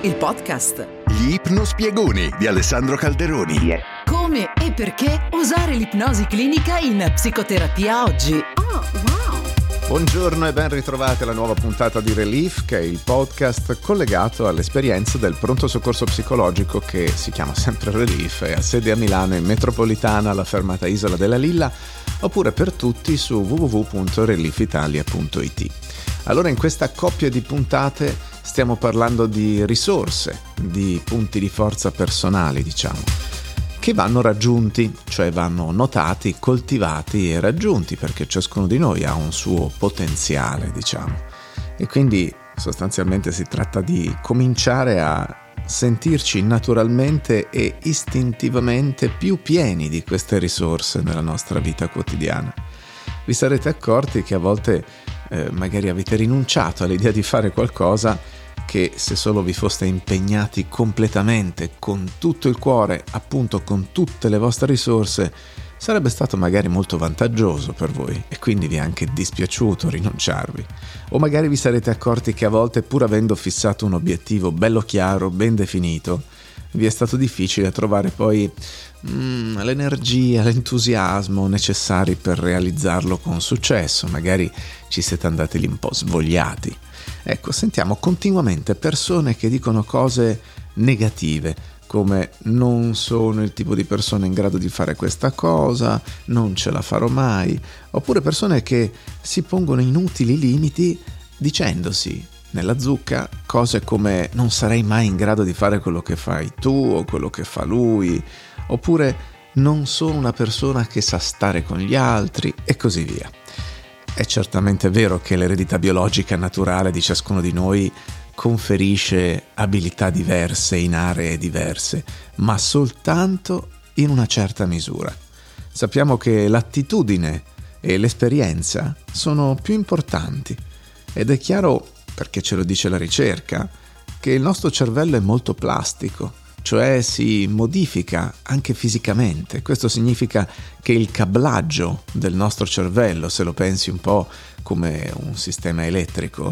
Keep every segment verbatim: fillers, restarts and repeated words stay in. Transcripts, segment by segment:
il podcast. Gli ipnospiegoni di Alessandro Calderoni. Yeah. Come e perché usare l'ipnosi clinica in psicoterapia oggi. Oh, wow! Buongiorno e ben ritrovati alla nuova puntata di Relief, che è il podcast collegato all'esperienza del pronto soccorso psicologico che si chiama sempre Relief e ha sede a Milano in metropolitana alla fermata Isola della Lilla, oppure per tutti su w w w punto relief italia punto i t. Allora, in questa coppia di puntate stiamo parlando di risorse, di punti di forza personali, diciamo, che vanno raggiunti, cioè vanno notati, coltivati e raggiunti, perché ciascuno di noi ha un suo potenziale, diciamo. E quindi sostanzialmente si tratta di cominciare a sentirci naturalmente e istintivamente più pieni di queste risorse nella nostra vita quotidiana. Vi sarete accorti che a volte eh, magari avete rinunciato all'idea di fare qualcosa che, se solo vi foste impegnati completamente, con tutto il cuore, appunto con tutte le vostre risorse, sarebbe stato magari molto vantaggioso per voi e quindi vi è anche dispiaciuto rinunciarvi. O magari vi sarete accorti che a volte, pur avendo fissato un obiettivo bello chiaro, ben definito, vi è stato difficile trovare poi mm, l'energia, l'entusiasmo necessari per realizzarlo con successo. Magari ci siete andati lì un po' svogliati. Ecco, sentiamo continuamente persone che dicono cose negative, come non sono il tipo di persona in grado di fare questa cosa, non ce la farò mai, oppure persone che si pongono inutili limiti dicendosi nella zucca cose come non sarei mai in grado di fare quello che fai tu o quello che fa lui, oppure non sono una persona che sa stare con gli altri e così via. È certamente vero che l'eredità biologica naturale di ciascuno di noi conferisce abilità diverse in aree diverse, ma soltanto in una certa misura. Sappiamo che l'attitudine e l'esperienza sono più importanti ed è chiaro, perché ce lo dice la ricerca, che il nostro cervello è molto plastico, cioè si modifica anche fisicamente. Questo significa che il cablaggio del nostro cervello, se lo pensi un po' come un sistema elettrico,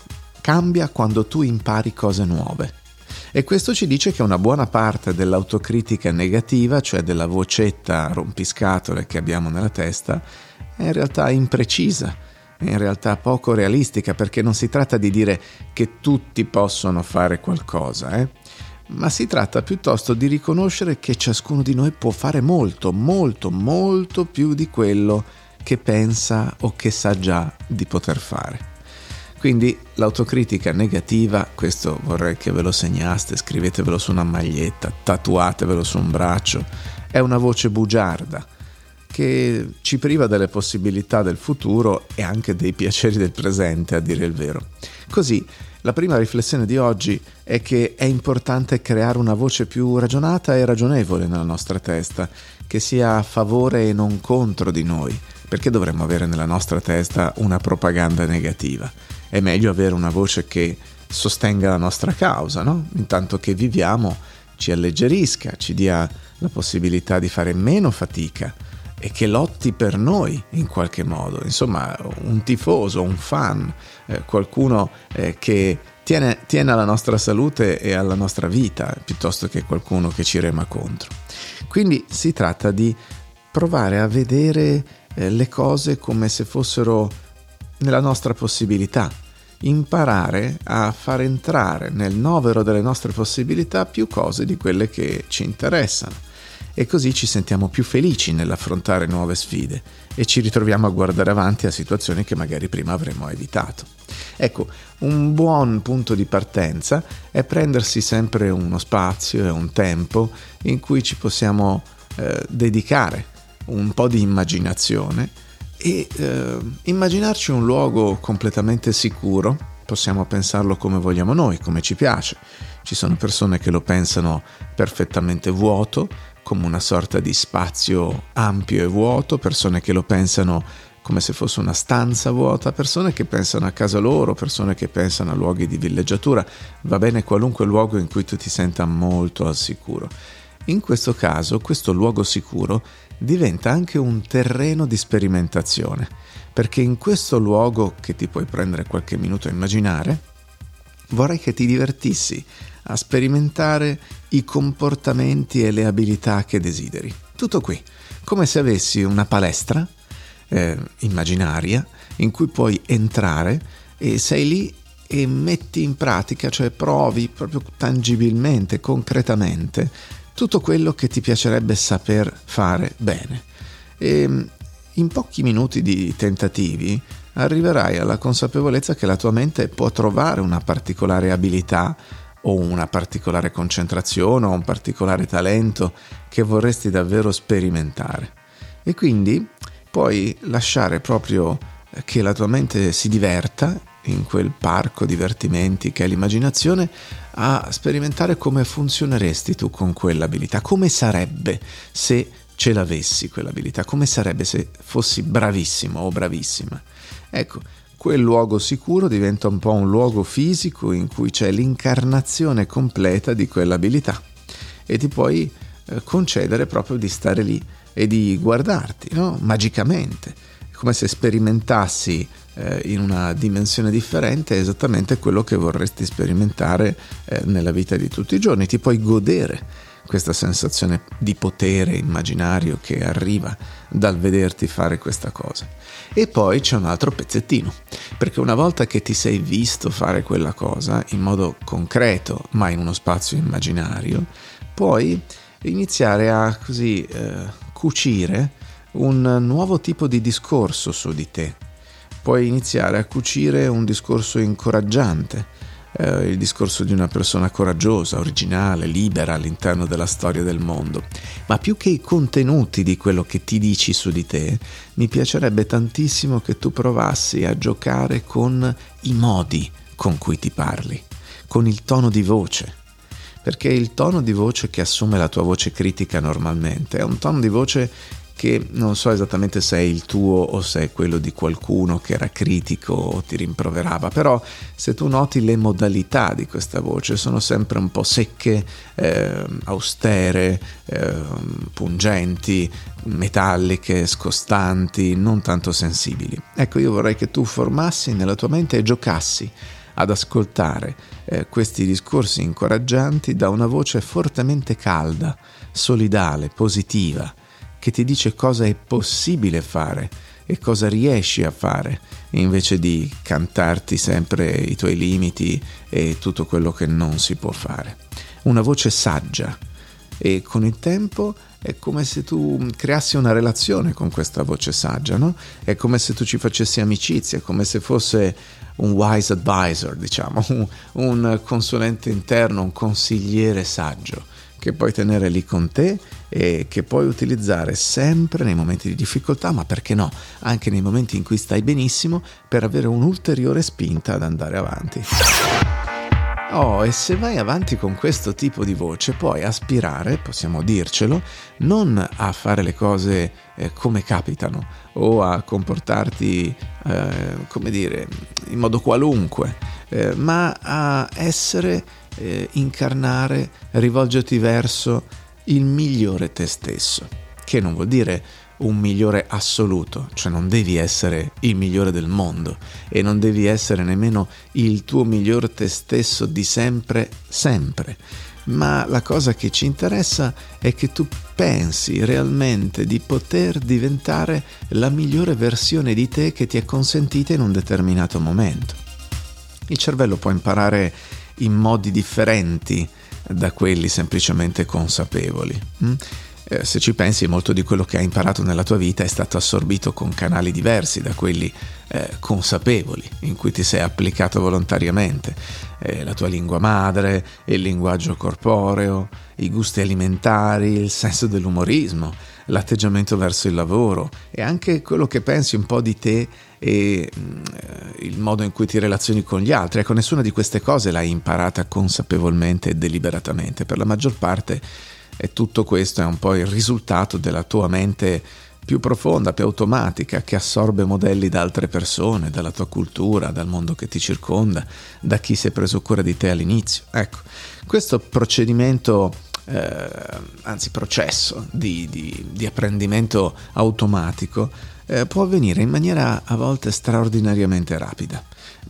cambia quando tu impari cose nuove. E questo ci dice che una buona parte dell'autocritica negativa, cioè della vocetta rompiscatole che abbiamo nella testa, è in realtà imprecisa, è in realtà poco realistica, perché non si tratta di dire che tutti possono fare qualcosa, eh? ma si tratta piuttosto di riconoscere che ciascuno di noi può fare molto, molto, molto più di quello che pensa o che sa già di poter fare. Quindi l'autocritica negativa, questo vorrei che ve lo segnaste, scrivetevelo su una maglietta, tatuatevelo su un braccio, è una voce bugiarda che ci priva delle possibilità del futuro e anche dei piaceri del presente, a dire il vero. Così, la prima riflessione di oggi è che è importante creare una voce più ragionata e ragionevole nella nostra testa, che sia a favore e non contro di noi. Perché dovremmo avere nella nostra testa una propaganda negativa? È meglio avere una voce che sostenga la nostra causa, no? Intanto che viviamo, ci alleggerisca, ci dia la possibilità di fare meno fatica e che lotti per noi in qualche modo. Insomma, un tifoso, un fan, eh, qualcuno eh, che tiene, tiene alla nostra salute e alla nostra vita, piuttosto che qualcuno che ci rema contro. Quindi si tratta di provare a vedere eh, le cose come se fossero nella nostra possibilità, imparare a far entrare nel novero delle nostre possibilità più cose di quelle che ci interessano. E così ci sentiamo più felici nell'affrontare nuove sfide e ci ritroviamo a guardare avanti a situazioni che magari prima avremmo evitato. Ecco, un buon punto di partenza è prendersi sempre uno spazio e un tempo in cui ci possiamo eh, dedicare un po' di immaginazione e eh, immaginarci un luogo completamente sicuro. Possiamo pensarlo come vogliamo noi, come ci piace. Ci sono persone che lo pensano perfettamente vuoto, come una sorta di spazio ampio e vuoto, persone che lo pensano come se fosse una stanza vuota, persone che pensano a casa loro, persone che pensano a luoghi di villeggiatura. Va bene qualunque luogo in cui tu ti senta molto al sicuro. In questo caso, questo luogo sicuro diventa anche un terreno di sperimentazione, perché in questo luogo, che ti puoi prendere qualche minuto a immaginare, vorrei che ti divertissi a sperimentare i comportamenti e le abilità che desideri. Tutto qui, come se avessi una palestra eh, immaginaria in cui puoi entrare e sei lì e metti in pratica, cioè provi proprio tangibilmente, concretamente, tutto quello che ti piacerebbe saper fare bene. E in pochi minuti di tentativi arriverai alla consapevolezza che la tua mente può trovare una particolare abilità o una particolare concentrazione o un particolare talento che vorresti davvero sperimentare. E quindi puoi lasciare proprio che la tua mente si diverta in quel parco divertimenti che è l'immaginazione, a sperimentare come funzioneresti tu con quell'abilità, come sarebbe se ce l'avessi quell'abilità, come sarebbe se fossi bravissimo o bravissima. Ecco, quel luogo sicuro diventa un po' un luogo fisico in cui c'è l'incarnazione completa di quell'abilità e ti puoi eh, concedere proprio di stare lì e di guardarti, no? Magicamente, come se sperimentassi eh, in una dimensione differente esattamente quello che vorresti sperimentare eh, nella vita di tutti i giorni. Ti puoi godere questa sensazione di potere immaginario che arriva dal vederti fare questa cosa. E poi c'è un altro pezzettino, perché una volta che ti sei visto fare quella cosa in modo concreto, ma in uno spazio immaginario, puoi iniziare a così eh, cucire un nuovo tipo di discorso su di te. Puoi iniziare a cucire un discorso incoraggiante, Eh, il discorso di una persona coraggiosa, originale, libera all'interno della storia del mondo. Ma più che i contenuti di quello che ti dici su di te, mi piacerebbe tantissimo che tu provassi a giocare con i modi con cui ti parli, con il tono di voce, perché il tono di voce che assume la tua voce critica normalmente è un tono di voce che non so esattamente se è il tuo o se è quello di qualcuno che era critico o ti rimproverava, però se tu noti le modalità di questa voce sono sempre un po' secche, eh, austere, eh, pungenti, metalliche, scostanti, non tanto sensibili. Ecco, io vorrei che tu formassi nella tua mente e giocassi ad ascoltare eh, questi discorsi incoraggianti da una voce fortemente calda, solidale, positiva, che ti dice cosa è possibile fare e cosa riesci a fare, invece di cantarti sempre i tuoi limiti e tutto quello che non si può fare. Una voce saggia, e con il tempo è come se tu creassi una relazione con questa voce saggia, no? È come se tu ci facessi amicizia, come se fosse un wise advisor, diciamo, un, un consulente interno, un consigliere saggio, che puoi tenere lì con te e che puoi utilizzare sempre nei momenti di difficoltà, ma perché no, anche nei momenti in cui stai benissimo, per avere un'ulteriore spinta ad andare avanti. Oh, e se vai avanti con questo tipo di voce, puoi aspirare, possiamo dircelo, non a fare le cose eh, come capitano o a comportarti, eh, come dire, in modo qualunque, eh, ma a essere, eh, incarnare, rivolgerti verso il migliore te stesso, che non vuol dire un migliore assoluto, cioè non devi essere il migliore del mondo e non devi essere nemmeno il tuo miglior te stesso di sempre, sempre, ma la cosa che ci interessa è che tu pensi realmente di poter diventare la migliore versione di te che ti è consentita in un determinato momento. Il cervello può imparare in modi differenti da quelli semplicemente consapevoli. Mm? Eh, se ci pensi, molto di quello che hai imparato nella tua vita è stato assorbito con canali diversi da quelli eh, consapevoli, in cui ti sei applicato volontariamente. Eh, la tua lingua madre, il linguaggio corporeo, i gusti alimentari, il senso dell'umorismo, l'atteggiamento verso il lavoro e anche quello che pensi un po' di te e eh, il modo in cui ti relazioni con gli altri. Ecco, nessuna di queste cose l'hai imparata consapevolmente e deliberatamente. Per la maggior parte e tutto questo è un po' il risultato della tua mente più profonda, più automatica, che assorbe modelli da altre persone, dalla tua cultura, dal mondo che ti circonda, da chi si è preso cura di te all'inizio. Ecco, questo procedimento, eh, anzi processo di, di, di apprendimento automatico eh, può avvenire in maniera a volte straordinariamente rapida,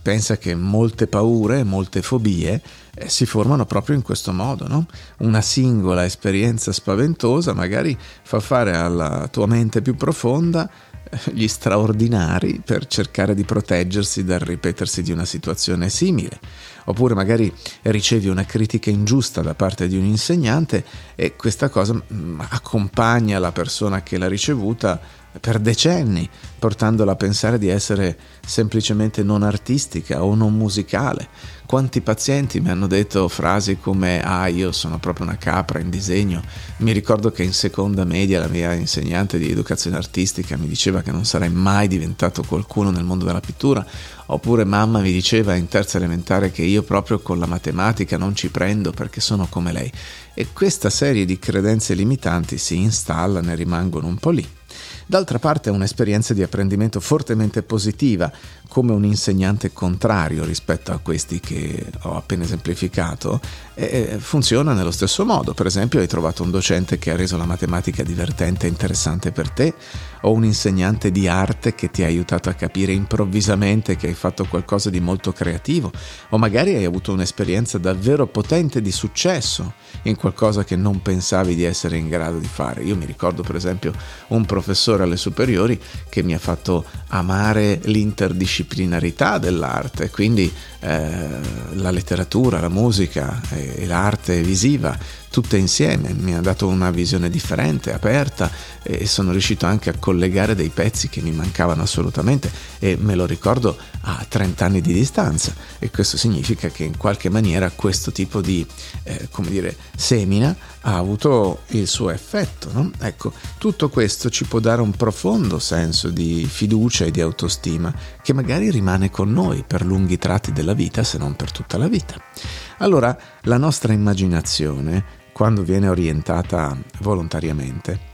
pensa che molte paure, molte fobie eh, si formano proprio in questo modo, no? Una singola esperienza spaventosa magari fa fare alla tua mente più profonda eh, gli straordinari per cercare di proteggersi dal ripetersi di una situazione simile. Oppure magari ricevi una critica ingiusta da parte di un insegnante e questa cosa mh, accompagna la persona che l'ha ricevuta per decenni, portandola a pensare di essere semplicemente non artistica o non musicale. Quanti pazienti mi hanno detto frasi come ah, io sono proprio una capra in disegno. Mi ricordo che in seconda media la mia insegnante di educazione artistica mi diceva che non sarei mai diventato qualcuno nel mondo della pittura, oppure mamma mi diceva in terza elementare che io proprio con la matematica non ci prendo perché sono come lei. E questa serie di credenze limitanti si installano e rimangono un po' lì. D'altra parte è un'esperienza di apprendimento fortemente positiva, come un insegnante contrario rispetto a questi che ho appena esemplificato, e funziona nello stesso modo. Per esempio, hai trovato un docente che ha reso la matematica divertente e interessante per te, o un insegnante di arte che ti ha aiutato a capire improvvisamente che hai fatto qualcosa di molto creativo, o magari hai avuto un'esperienza davvero potente di successo in qualcosa che non pensavi di essere in grado di fare. Io mi ricordo per esempio un professore alle superiori che mi ha fatto amare l'interdisciplinarità dell'arte, quindi eh, la letteratura, la musica e, e l'arte visiva tutte insieme. Mi ha dato una visione differente, aperta, e sono riuscito anche a collegare dei pezzi che mi mancavano assolutamente, e me lo ricordo a trenta anni di distanza. E questo significa che in qualche maniera questo tipo di eh, come dire semina ha avuto il suo effetto, no? Ecco, tutto questo ci può dare un profondo senso di fiducia e di autostima che magari rimane con noi per lunghi tratti della vita, se non per tutta la vita. Allora, la nostra immaginazione, quando viene orientata volontariamente,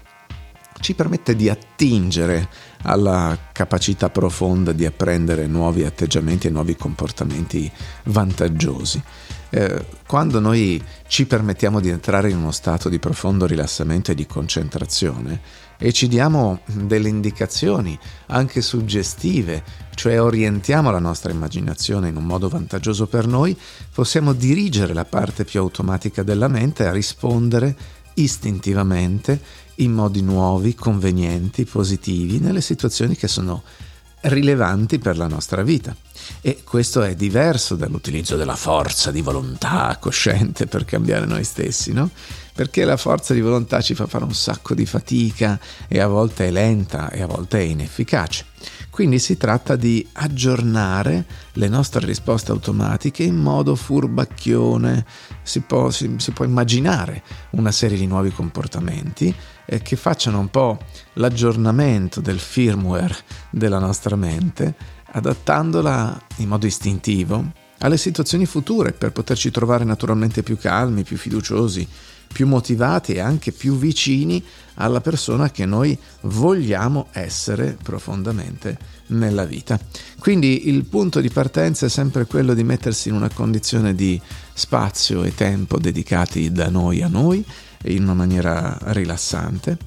ci permette di attingere alla capacità profonda di apprendere nuovi atteggiamenti e nuovi comportamenti vantaggiosi. Eh, quando noi ci permettiamo di entrare in uno stato di profondo rilassamento e di concentrazione e ci diamo delle indicazioni anche suggestive, cioè orientiamo la nostra immaginazione in un modo vantaggioso per noi, possiamo dirigere la parte più automatica della mente a rispondere istintivamente in modi nuovi, convenienti, positivi nelle situazioni che sono rilevanti per la nostra vita. E questo è diverso dall'utilizzo della forza di volontà cosciente per cambiare noi stessi, no? Perché la forza di volontà ci fa fare un sacco di fatica e a volte è lenta e a volte è inefficace. Quindi si tratta di aggiornare le nostre risposte automatiche in modo furbacchione. Si può, si, si può immaginare una serie di nuovi comportamenti eh, che facciano un po' l'aggiornamento del firmware della nostra mente, adattandola in modo istintivo alle situazioni future per poterci trovare naturalmente più calmi, più fiduciosi, più motivati e anche più vicini alla persona che noi vogliamo essere profondamente nella vita. Quindi il punto di partenza è sempre quello di mettersi in una condizione di spazio e tempo dedicati da noi a noi in una maniera rilassante,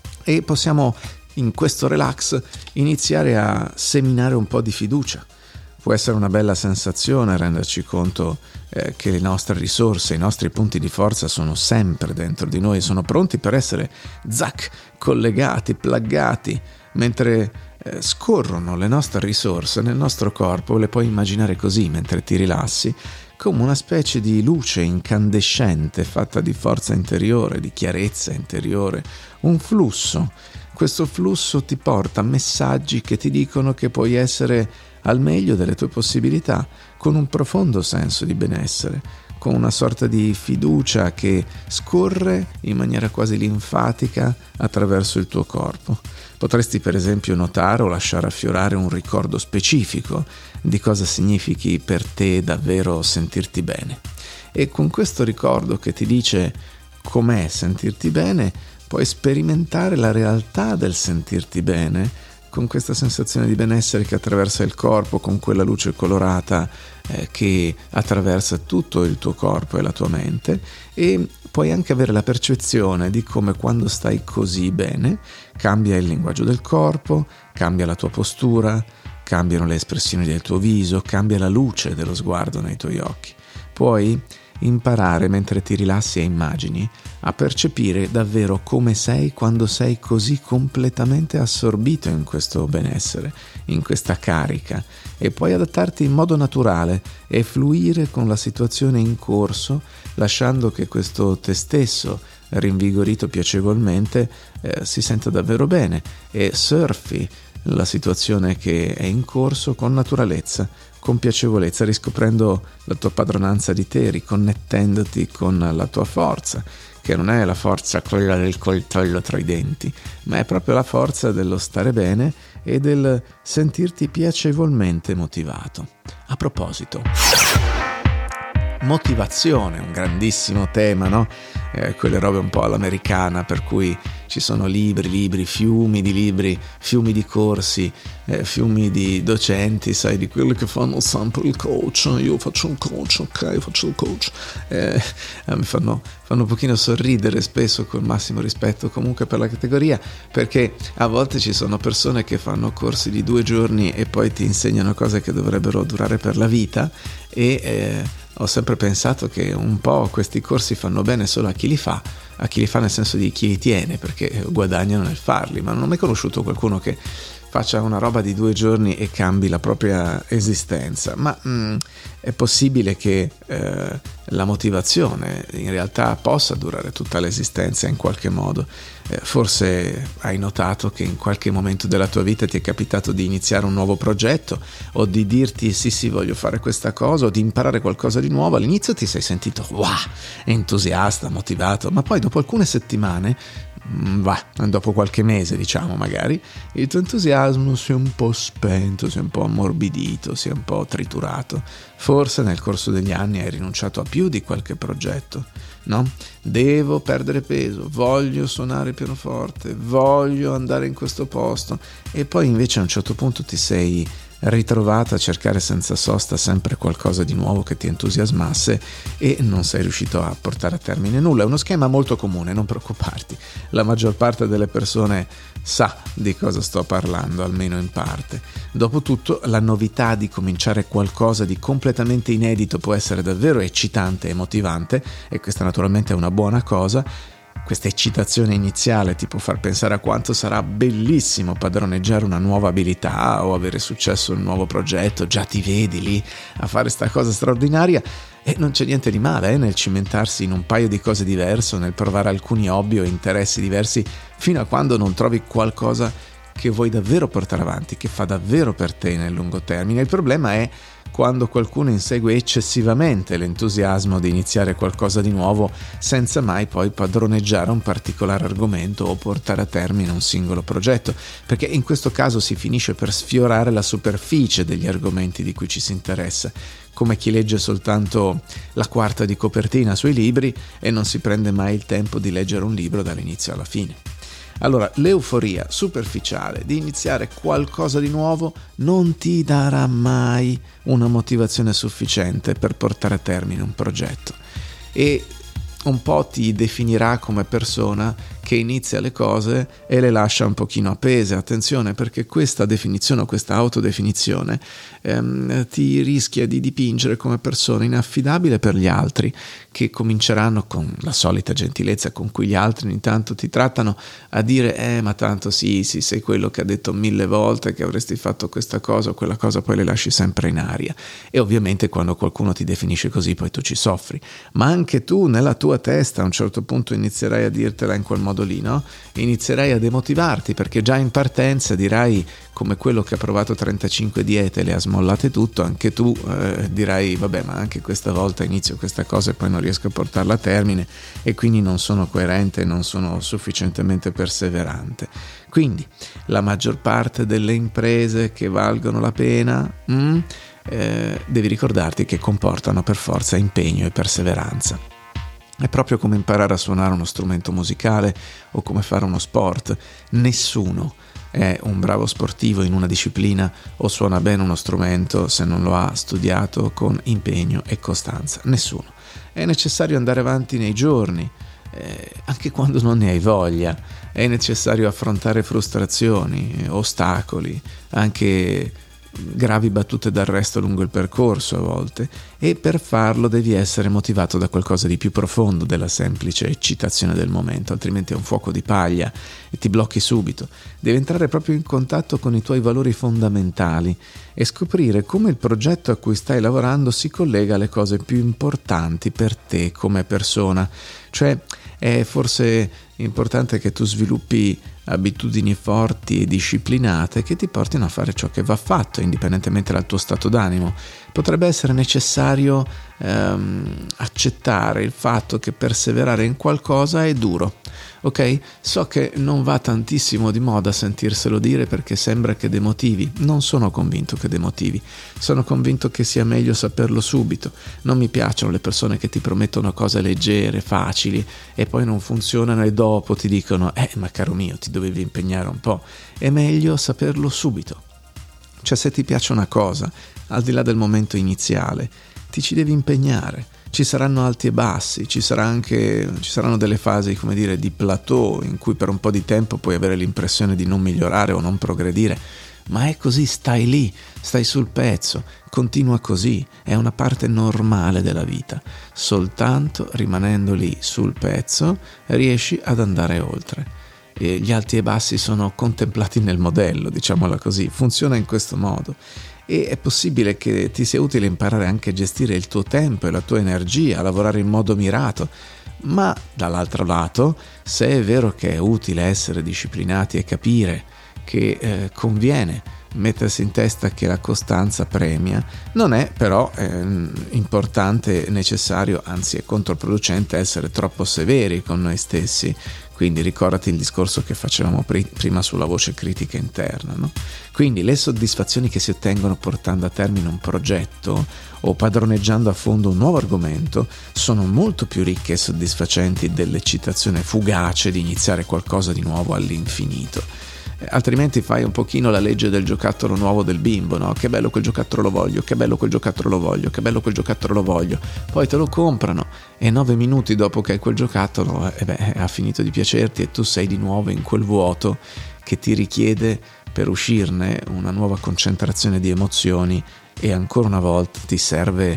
e possiamo in questo relax iniziare a seminare un po' di fiducia. Può essere una bella sensazione renderci conto eh, che le nostre risorse, i nostri punti di forza sono sempre dentro di noi, sono pronti per essere zac, collegati, pluggati, mentre eh, scorrono le nostre risorse nel nostro corpo. Le puoi immaginare così mentre ti rilassi, come una specie di luce incandescente fatta di forza interiore, di chiarezza interiore, un flusso. Questo flusso ti porta messaggi che ti dicono che puoi essere al meglio delle tue possibilità, con un profondo senso di benessere, con una sorta di fiducia che scorre in maniera quasi linfatica attraverso il tuo corpo. Potresti per esempio notare o lasciare affiorare un ricordo specifico di cosa significhi per te davvero sentirti bene. E con questo ricordo che ti dice com'è sentirti bene, puoi sperimentare la realtà del sentirti bene, con questa sensazione di benessere che attraversa il corpo, con quella luce colorata eh, che attraversa tutto il tuo corpo e la tua mente, e puoi anche avere la percezione di come quando stai così bene cambia il linguaggio del corpo, cambia la tua postura, cambiano le espressioni del tuo viso, cambia la luce dello sguardo nei tuoi occhi. Puoi imparare, mentre ti rilassi e immagini, a percepire davvero come sei quando sei così completamente assorbito in questo benessere, in questa carica, e puoi adattarti in modo naturale e fluire con la situazione in corso, lasciando che questo te stesso, rinvigorito piacevolmente, eh, si senta davvero bene e surfi la situazione che è in corso con naturalezza, con piacevolezza, riscoprendo la tua padronanza di te, riconnettendoti con la tua forza, che non è la forza quella del coltello tra i denti, ma è proprio la forza dello stare bene e del sentirti piacevolmente motivato. A proposito, motivazione, un grandissimo tema, no? Eh, quelle robe un po' all'americana, per cui ci sono libri, libri, fiumi di libri, fiumi di corsi, eh, fiumi di docenti, sai, di quelli che fanno sempre il coach. Io faccio un coach, ok, faccio il coach. Eh, mi fanno, fanno un pochino sorridere spesso, col massimo rispetto comunque per la categoria, perché a volte ci sono persone che fanno corsi di due giorni e poi ti insegnano cose che dovrebbero durare per la vita, e eh, ho sempre pensato che un po' questi corsi fanno bene solo a chi li fa, a chi li fa nel senso di chi li tiene, perché guadagnano nel farli, ma non ho mai conosciuto qualcuno che faccia una roba di due giorni e cambi la propria esistenza. Ma mh, è possibile che eh, la motivazione in realtà possa durare tutta l'esistenza in qualche modo. Eh, forse hai notato che in qualche momento della tua vita ti è capitato di iniziare un nuovo progetto, o di dirti sì sì voglio fare questa cosa, o di imparare qualcosa di nuovo. All'inizio ti sei sentito wow, entusiasta, motivato, ma poi dopo alcune settimane, va, dopo qualche mese diciamo magari, il tuo entusiasmo si è un po' spento, si è un po' ammorbidito, si è un po' triturato. Forse nel corso degli anni hai rinunciato a più di qualche progetto, no? Devo perdere peso, voglio suonare il pianoforte, voglio andare in questo posto, e poi invece a un certo punto ti sei ritrovata a cercare senza sosta sempre qualcosa di nuovo che ti entusiasmasse e non sei riuscito a portare a termine nulla. È uno schema molto comune, non preoccuparti, la maggior parte delle persone sa di cosa sto parlando, almeno in parte. Dopotutto, la novità di cominciare qualcosa di completamente inedito può essere davvero eccitante e motivante, e questa naturalmente è una buona cosa. Questa eccitazione iniziale ti può far pensare a quanto sarà bellissimo padroneggiare una nuova abilità o avere successo in un nuovo progetto. Già ti vedi lì a fare sta cosa straordinaria, e non c'è niente di male eh, nel cimentarsi in un paio di cose diverse, nel provare alcuni hobby o interessi diversi, fino a quando non trovi qualcosa che vuoi davvero portare avanti, che fa davvero per te nel lungo termine. Il problema è quando qualcuno insegue eccessivamente l'entusiasmo di iniziare qualcosa di nuovo senza mai poi padroneggiare un particolare argomento o portare a termine un singolo progetto, perché in questo caso si finisce per sfiorare la superficie degli argomenti di cui ci si interessa, come chi legge soltanto la quarta di copertina sui libri e non si prende mai il tempo di leggere un libro dall'inizio alla fine. Allora, l'euforia superficiale di iniziare qualcosa di nuovo non ti darà mai una motivazione sufficiente per portare a termine un progetto, e un po' ti definirà come persona che inizia le cose e le lascia un pochino appese. Attenzione, perché questa definizione o questa autodefinizione ehm, ti rischia di dipingere come persona inaffidabile per gli altri, che cominceranno, con la solita gentilezza con cui gli altri ogni tanto ti trattano, a dire eh ma tanto sì sì sei quello che ha detto mille volte che avresti fatto questa cosa o quella cosa, poi le lasci sempre in aria. E ovviamente quando qualcuno ti definisce così poi tu ci soffri, ma anche tu nella tua testa a un certo punto inizierai a dirtela in quel modo lì, no? Inizierai a demotivarti, perché già in partenza dirai, come quello che ha provato trentacinque diete e le ha smollate tutto, anche tu eh, dirai vabbè, ma anche questa volta inizio questa cosa e poi non riesco a portarla a termine, e quindi non sono coerente, non sono sufficientemente perseverante. Quindi la maggior parte delle imprese che valgono la pena mm, eh, devi ricordarti che comportano per forza impegno e perseveranza. È proprio come imparare a suonare uno strumento musicale o come fare uno sport. Nessuno è un bravo sportivo in una disciplina o suona bene uno strumento se non lo ha studiato con impegno e costanza. Nessuno. È necessario andare avanti nei giorni, eh, anche quando non ne hai voglia. È necessario affrontare frustrazioni, ostacoli, anche gravi battute d'arresto lungo il percorso a volte, e per farlo devi essere motivato da qualcosa di più profondo della semplice eccitazione del momento, altrimenti è un fuoco di paglia e ti blocchi subito. Devi entrare proprio in contatto con i tuoi valori fondamentali e scoprire come il progetto a cui stai lavorando si collega alle cose più importanti per te come persona. Cioè è forse importante che tu sviluppi abitudini forti e disciplinate che ti portino a fare ciò che va fatto, indipendentemente dal tuo stato d'animo. Potrebbe essere necessario ehm, accettare il fatto che perseverare in qualcosa è duro, ok? So che non va tantissimo di moda sentirselo dire perché sembra che demotivi. Non sono convinto che demotivi, sono convinto che sia meglio saperlo subito. Non mi piacciono le persone che ti promettono cose leggere, facili e poi non funzionano e dopo ti dicono eh ma caro mio ti dovevi impegnare un po'. È meglio saperlo subito. Cioè se ti piace una cosa, al di là del momento iniziale, ti ci devi impegnare. Ci saranno alti e bassi, ci sarà anche ci saranno delle fasi, come dire, di plateau in cui per un po' di tempo puoi avere l'impressione di non migliorare o non progredire, ma è così, stai lì, stai sul pezzo, continua così, è una parte normale della vita. Soltanto rimanendo lì sul pezzo riesci ad andare oltre. E gli alti e bassi sono contemplati nel modello, diciamola così, funziona in questo modo. E è possibile che ti sia utile imparare anche a gestire il tuo tempo e la tua energia, a lavorare in modo mirato, ma dall'altro lato, se è vero che è utile essere disciplinati e capire che eh, conviene mettersi in testa che la costanza premia, non è però eh, importante, necessario, anzi è controproducente essere troppo severi con noi stessi. Quindi ricordati il discorso che facevamo pri- prima sulla voce critica interna, no? Quindi le soddisfazioni che si ottengono portando a termine un progetto o padroneggiando a fondo un nuovo argomento sono molto più ricche e soddisfacenti dell'eccitazione fugace di iniziare qualcosa di nuovo all'infinito. Altrimenti fai un pochino la legge del giocattolo nuovo del bimbo, no? Che bello quel giocattolo, lo voglio, che bello quel giocattolo, lo voglio, che bello quel giocattolo, lo voglio. Poi te lo comprano e nove minuti dopo che hai quel giocattolo eh beh, ha finito di piacerti e tu sei di nuovo in quel vuoto che ti richiede per uscirne una nuova concentrazione di emozioni. E ancora una volta ti serve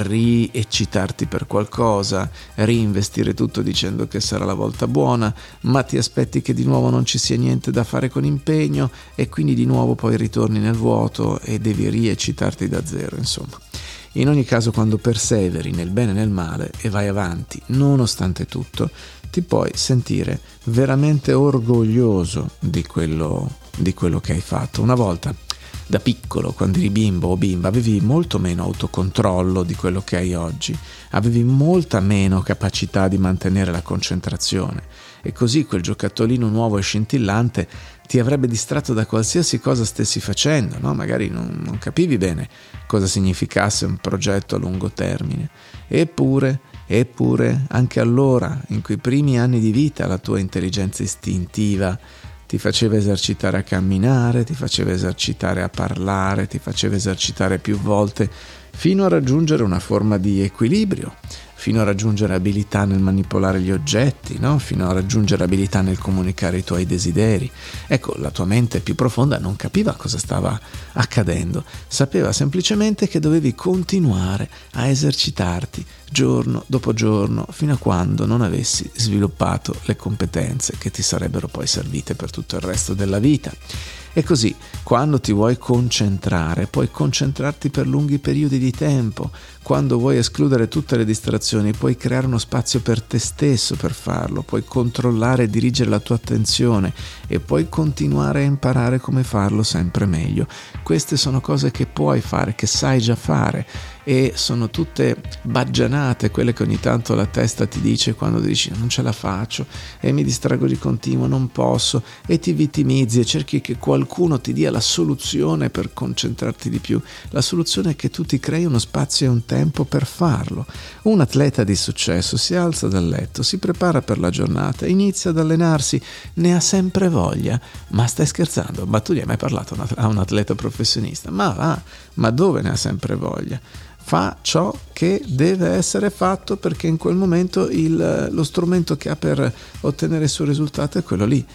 rieccitarti per qualcosa, reinvestire tutto dicendo che sarà la volta buona, ma ti aspetti che di nuovo non ci sia niente da fare con impegno e quindi di nuovo poi ritorni nel vuoto e devi rieccitarti da zero, insomma. In ogni caso, quando perseveri nel bene e nel male e vai avanti nonostante tutto, ti puoi sentire veramente orgoglioso di quello, di quello che hai fatto. Una volta da piccolo, quando eri bimbo o bimba, avevi molto meno autocontrollo di quello che hai oggi, avevi molta meno capacità di mantenere la concentrazione e così quel giocattolino nuovo e scintillante ti avrebbe distratto da qualsiasi cosa stessi facendo, no? Magari non, non capivi bene cosa significasse un progetto a lungo termine. Eppure, eppure, anche allora, in quei primi anni di vita, la tua intelligenza istintiva ti faceva esercitare a camminare, ti faceva esercitare a parlare, ti faceva esercitare più volte fino a raggiungere una forma di equilibrio, fino a raggiungere abilità nel manipolare gli oggetti, no? Fino a raggiungere abilità nel comunicare i tuoi desideri. Ecco, la tua mente più profonda non capiva cosa stava accadendo, sapeva semplicemente che dovevi continuare a esercitarti giorno dopo giorno fino a quando non avessi sviluppato le competenze che ti sarebbero poi servite per tutto il resto della vita. E così, quando ti vuoi concentrare, puoi concentrarti per lunghi periodi di tempo. Quando vuoi escludere tutte le distrazioni, puoi creare uno spazio per te stesso per farlo, puoi controllare e dirigere la tua attenzione e puoi continuare a imparare come farlo sempre meglio. Queste sono cose che puoi fare, che sai già fare, e sono tutte baggianate, quelle che ogni tanto la testa ti dice quando dici non ce la faccio e mi distraggo di continuo, non posso, e ti vittimizzi e cerchi che qualcuno ti dia la soluzione per concentrarti di più. La soluzione è che tu ti crei uno spazio e un tempo per farlo. Un atleta di successo si alza dal letto, si prepara per la giornata, inizia ad allenarsi, ne ha sempre voglia. Ma stai scherzando? Ma tu gli hai mai parlato a un atleta professionista? Ma va, ma dove ne ha sempre voglia? Fa ciò che deve essere fatto perché in quel momento il, lo strumento che ha per ottenere il suo risultato è quello lì.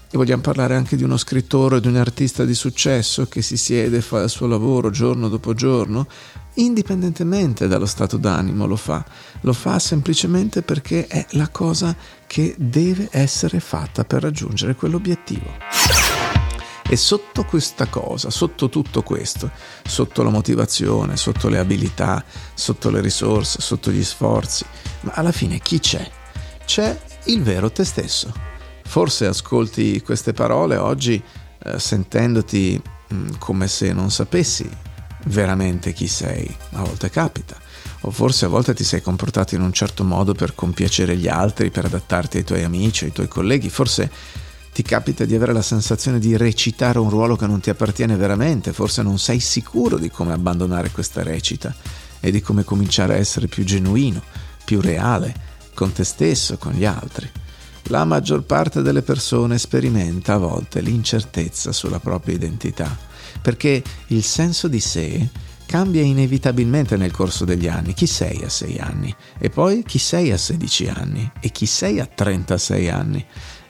E vogliamo parlare anche di uno scrittore, di un artista di successo che si siede e fa il suo lavoro giorno dopo giorno, indipendentemente dallo stato d'animo lo fa. Lo fa semplicemente perché è la cosa che deve essere fatta per raggiungere quell'obiettivo. E sotto questa cosa, sotto tutto questo, sotto la motivazione, sotto le abilità, sotto le risorse, sotto gli sforzi, ma alla fine chi c'è? C'è il vero te stesso. Forse ascolti queste parole oggi eh, sentendoti mh, come se non sapessi veramente chi sei. A volte capita. O forse a volte ti sei comportato in un certo modo per compiacere gli altri, per adattarti ai tuoi amici, ai tuoi colleghi. Forse ti capita di avere la sensazione di recitare un ruolo che non ti appartiene veramente. Forse non sei sicuro di come abbandonare questa recita e di come cominciare a essere più genuino, più reale, con te stesso, con gli altri. La maggior parte delle persone sperimenta a volte l'incertezza sulla propria identità, perché il senso di sé cambia inevitabilmente nel corso degli anni. Chi sei a sei anni? E poi chi sei a sedici anni? E chi sei a trentasei anni?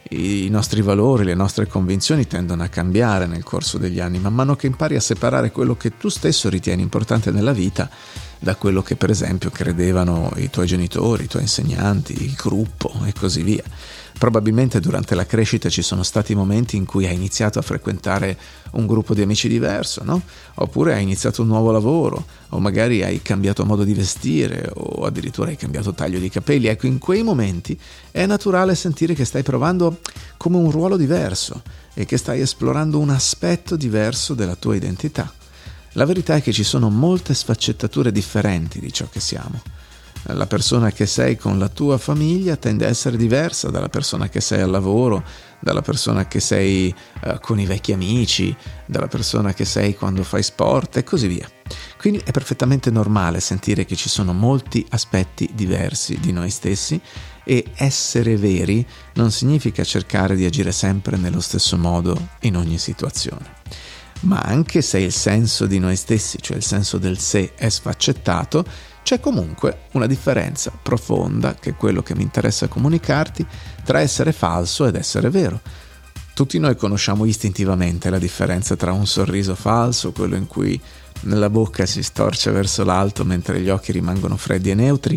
I nostri valori, le nostre convinzioni tendono a cambiare nel corso degli anni, man mano che impari a separare quello che tu stesso ritieni importante nella vita da quello che per esempio credevano i tuoi genitori, i tuoi insegnanti, il gruppo e così via. Probabilmente durante la crescita ci sono stati momenti in cui hai iniziato a frequentare un gruppo di amici diverso, no? Oppure hai iniziato un nuovo lavoro, o magari hai cambiato modo di vestire, o addirittura hai cambiato taglio di capelli. Ecco, in quei momenti è naturale sentire che stai provando come un ruolo diverso e che stai esplorando un aspetto diverso della tua identità. La verità è che ci sono molte sfaccettature differenti di ciò che siamo. La persona che sei con la tua famiglia tende a essere diversa dalla persona che sei al lavoro, dalla persona che sei uh, con i vecchi amici, dalla persona che sei quando fai sport e così via. Quindi è perfettamente normale sentire che ci sono molti aspetti diversi di noi stessi e essere veri non significa cercare di agire sempre nello stesso modo in ogni situazione. Ma anche se il senso di noi stessi, cioè il senso del sé, è sfaccettato, c'è comunque una differenza profonda, che è quello che mi interessa comunicarti, tra essere falso ed essere vero. Tutti noi conosciamo istintivamente la differenza tra un sorriso falso, quello in cui la bocca si storce verso l'alto mentre gli occhi rimangono freddi e neutri,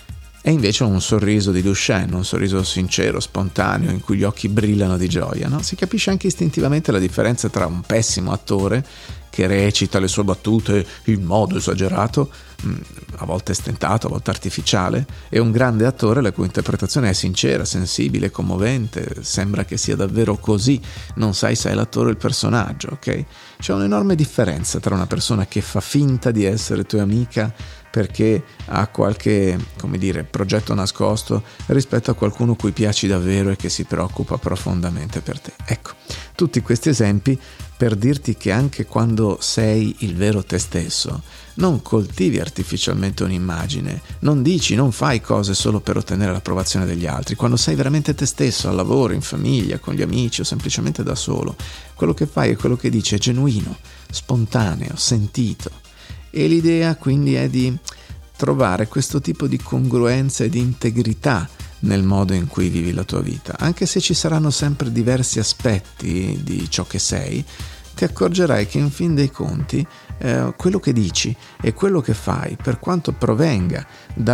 e invece un sorriso di Duchenne, un sorriso sincero, spontaneo, in cui gli occhi brillano di gioia, no? Si capisce anche istintivamente la differenza tra un pessimo attore che recita le sue battute in modo esagerato, a volte stentato, a volte artificiale, e un grande attore la cui interpretazione è sincera, sensibile, commovente, sembra che sia davvero così, non sai se è l'attore o il personaggio, ok? C'è un'enorme differenza tra una persona che fa finta di essere tua amica perché ha qualche, come dire, progetto nascosto, rispetto a qualcuno cui piaci davvero e che si preoccupa profondamente per te. Ecco, tutti questi esempi per dirti che anche quando sei il vero te stesso, non coltivi artificialmente un'immagine, non dici, non fai cose solo per ottenere l'approvazione degli altri. Quando sei veramente te stesso, al lavoro, in famiglia, con gli amici o semplicemente da solo, quello che fai e quello che dici è genuino, spontaneo, sentito. E l'idea quindi è di trovare questo tipo di congruenza e di integrità nel modo in cui vivi la tua vita. Anche se ci saranno sempre diversi aspetti di ciò che sei, ti accorgerai che in fin dei conti eh, quello che dici e quello che fai, per quanto provenga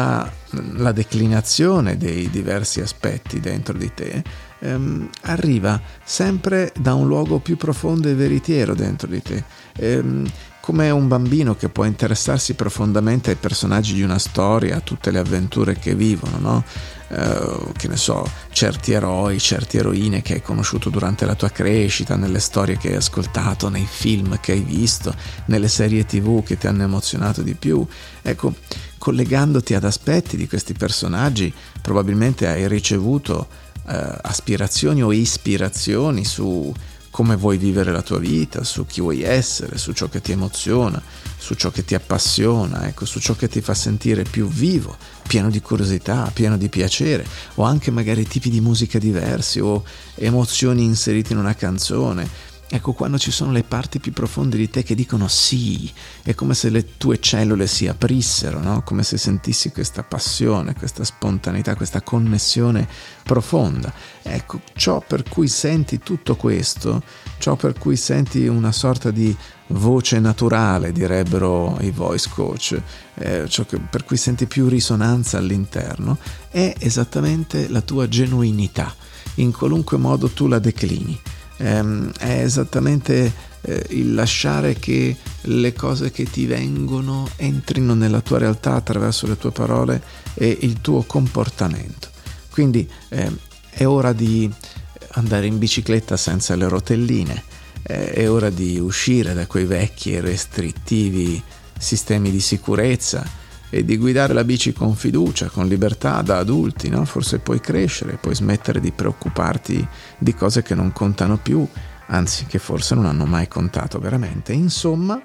dalla declinazione dei diversi aspetti dentro di te, ehm, arriva sempre da un luogo più profondo e veritiero dentro di te. Ehm, come un bambino che può interessarsi profondamente ai personaggi di una storia, a tutte le avventure che vivono, no? Uh, che ne so, certi eroi, certe eroine che hai conosciuto durante la tua crescita, nelle storie che hai ascoltato, nei film che hai visto, nelle serie tv che ti hanno emozionato di più. Ecco, collegandoti ad aspetti di questi personaggi, probabilmente hai ricevuto uh, aspirazioni o ispirazioni su come vuoi vivere la tua vita, su chi vuoi essere, su ciò che ti emoziona, su ciò che ti appassiona, ecco, su ciò che ti fa sentire più vivo, pieno di curiosità, pieno di piacere, o anche magari tipi di musica diversi o emozioni inserite in una canzone, Ecco, quando ci sono le parti più profonde di te che dicono sì, è come se le tue cellule si aprissero, no? Come se sentissi questa passione, questa spontaneità, questa connessione profonda. Ecco, ciò per cui senti tutto questo, ciò per cui senti una sorta di voce naturale, direbbero i voice coach, eh, ciò che, per cui senti più risonanza all'interno, è esattamente la tua genuinità, in qualunque modo tu la declini. Ehm, è esattamente eh, il lasciare che le cose che ti vengono entrino nella tua realtà attraverso le tue parole e il tuo comportamento. Quindi eh, è ora di andare in bicicletta senza le rotelline, eh, è ora di uscire da quei vecchi e restrittivi sistemi di sicurezza e di guidare la bici con fiducia, con libertà da adulti, no? Forse puoi crescere, puoi smettere di preoccuparti di cose che non contano più, anzi che forse non hanno mai contato veramente. Insomma,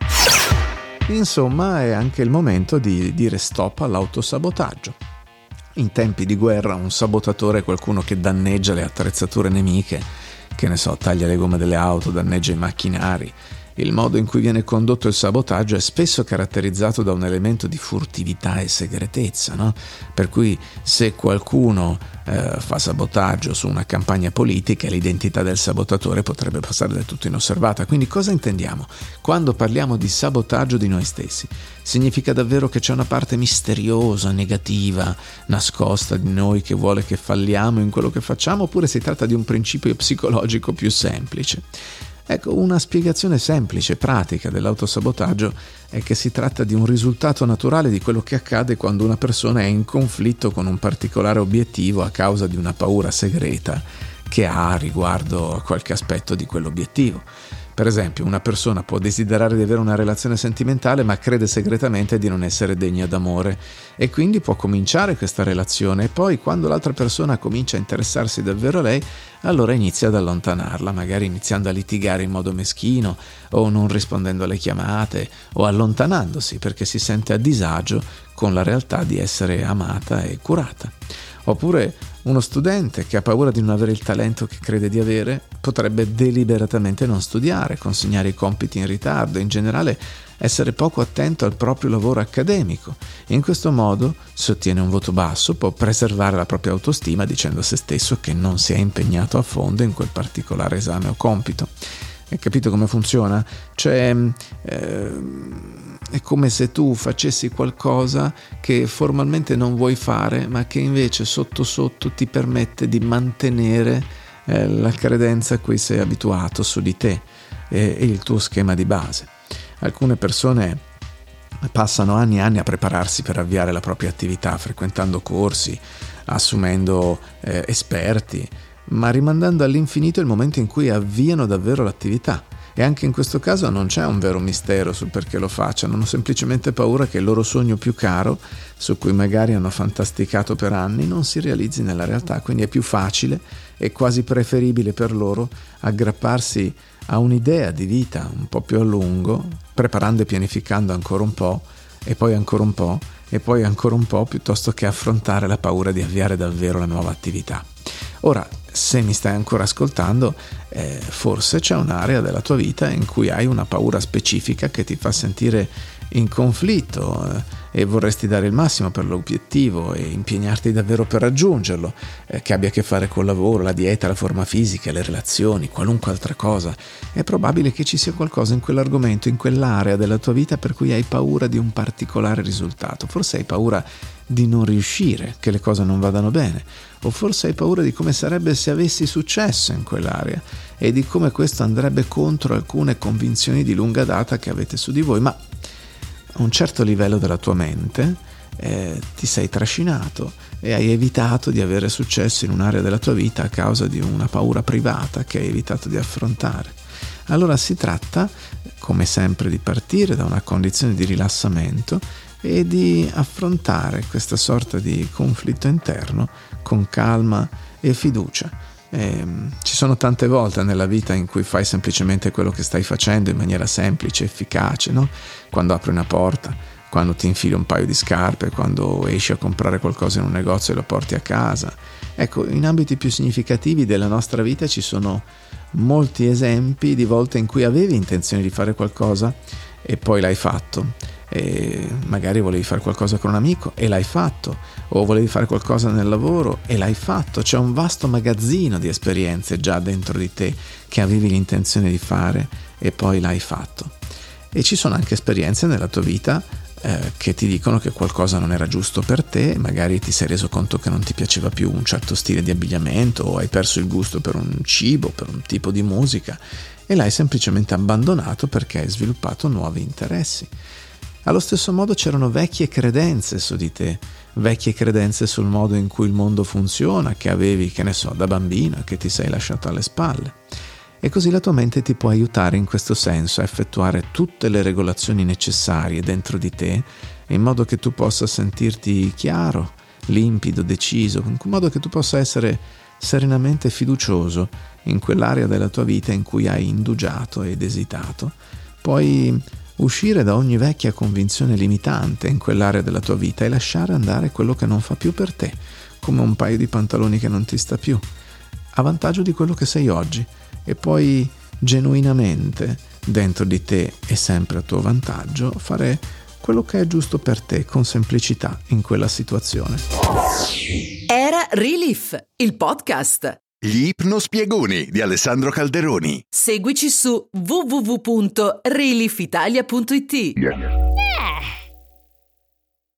insomma è anche il momento di dire stop all'autosabotaggio. In tempi di guerra un sabotatore è qualcuno che danneggia le attrezzature nemiche, che ne so, taglia le gomme delle auto, danneggia i macchinari. Il modo in cui viene condotto il sabotaggio è spesso caratterizzato da un elemento di furtività e segretezza, no? Per cui se qualcuno eh, fa sabotaggio su una campagna politica, l'identità del sabotatore potrebbe passare del tutto inosservata. Quindi cosa intendiamo? Quando parliamo di sabotaggio di noi stessi, significa davvero che c'è una parte misteriosa, negativa, nascosta di noi che vuole che falliamo in quello che facciamo, oppure si tratta di un principio psicologico più semplice? Ecco, una spiegazione semplice, pratica dell'autosabotaggio è che si tratta di un risultato naturale di quello che accade quando una persona è in conflitto con un particolare obiettivo a causa di una paura segreta che ha riguardo a qualche aspetto di quell'obiettivo. Per esempio, una persona può desiderare di avere una relazione sentimentale ma crede segretamente di non essere degna d'amore e quindi può cominciare questa relazione e poi quando l'altra persona comincia a interessarsi davvero a lei, allora inizia ad allontanarla, magari iniziando a litigare in modo meschino o non rispondendo alle chiamate o allontanandosi perché si sente a disagio con la realtà di essere amata e curata. Oppure uno studente che ha paura di non avere il talento che crede di avere potrebbe deliberatamente non studiare, consegnare i compiti in ritardo, in generale essere poco attento al proprio lavoro accademico. In questo modo, se ottiene un voto basso, può preservare la propria autostima dicendo a se stesso che non si è impegnato a fondo in quel particolare esame o compito. Hai capito come funziona? Cioè, eh, è come se tu facessi qualcosa che formalmente non vuoi fare, ma che invece sotto sotto ti permette di mantenere eh, la credenza a cui sei abituato su di te e, e il tuo schema di base. Alcune persone passano anni e anni a prepararsi per avviare la propria attività, frequentando corsi, assumendo eh, esperti, ma rimandando all'infinito il momento in cui avviano davvero l'attività. E anche in questo caso non c'è un vero mistero sul perché lo facciano, hanno semplicemente paura che il loro sogno più caro, su cui magari hanno fantasticato per anni, non si realizzi nella realtà. Quindi è più facile e quasi preferibile per loro aggrapparsi a un'idea di vita un po' più a lungo, preparando e pianificando ancora un po', e poi ancora un po', e poi ancora un po', piuttosto che affrontare la paura di avviare davvero la nuova attività. Ora, se mi stai ancora ascoltando, eh, forse c'è un'area della tua vita in cui hai una paura specifica che ti fa sentire in conflitto eh, e vorresti dare il massimo per l'obiettivo e impegnarti davvero per raggiungerlo, eh, che abbia a che fare col lavoro, la dieta, la forma fisica, le relazioni, qualunque altra cosa. È probabile che ci sia qualcosa in quell'argomento, in quell'area della tua vita per cui hai paura di un particolare risultato. Forse hai paura di non riuscire, che le cose non vadano bene, o forse hai paura di come sarebbe se avessi successo in quell'area e di come questo andrebbe contro alcune convinzioni di lunga data che avete su di voi, ma a un certo livello della tua mente eh, ti sei trascinato e hai evitato di avere successo in un'area della tua vita a causa di una paura privata che hai evitato di affrontare. Allora si tratta, come sempre, di partire da una condizione di rilassamento e di affrontare questa sorta di conflitto interno con calma e fiducia. E ci sono tante volte nella vita in cui fai semplicemente quello che stai facendo in maniera semplice, efficace, no? Quando apri una porta, quando ti infili un paio di scarpe, quando esci a comprare qualcosa in un negozio e lo porti a casa. Ecco, in ambiti più significativi della nostra vita ci sono molti esempi di volte in cui avevi intenzione di fare qualcosa e poi l'hai fatto. E magari volevi fare qualcosa con un amico e l'hai fatto, o volevi fare qualcosa nel lavoro e l'hai fatto. C'è un vasto magazzino di esperienze già dentro di te che avevi l'intenzione di fare e poi l'hai fatto. E ci sono anche esperienze nella tua vita eh, che ti dicono che qualcosa non era giusto per te, magari ti sei reso conto che non ti piaceva più un certo stile di abbigliamento, o hai perso il gusto per un cibo, per un tipo di musica, e l'hai semplicemente abbandonato perché hai sviluppato nuovi interessi. Allo stesso modo c'erano vecchie credenze su di te, vecchie credenze sul modo in cui il mondo funziona, che avevi, che ne so, da bambino e che ti sei lasciato alle spalle. E così la tua mente ti può aiutare in questo senso a effettuare tutte le regolazioni necessarie dentro di te, in modo che tu possa sentirti chiaro, limpido, deciso, in modo che tu possa essere serenamente fiducioso in quell'area della tua vita in cui hai indugiato ed esitato. Puoi uscire da ogni vecchia convinzione limitante in quell'area della tua vita e lasciare andare quello che non fa più per te, come un paio di pantaloni che non ti sta più, a vantaggio di quello che sei oggi, e poi genuinamente dentro di te e sempre a tuo vantaggio fare quello che è giusto per te con semplicità in quella situazione. Era Relief, il podcast. Gli ipnospiegoni di Alessandro Calderoni. Seguici su w w w punto relief italia punto i t.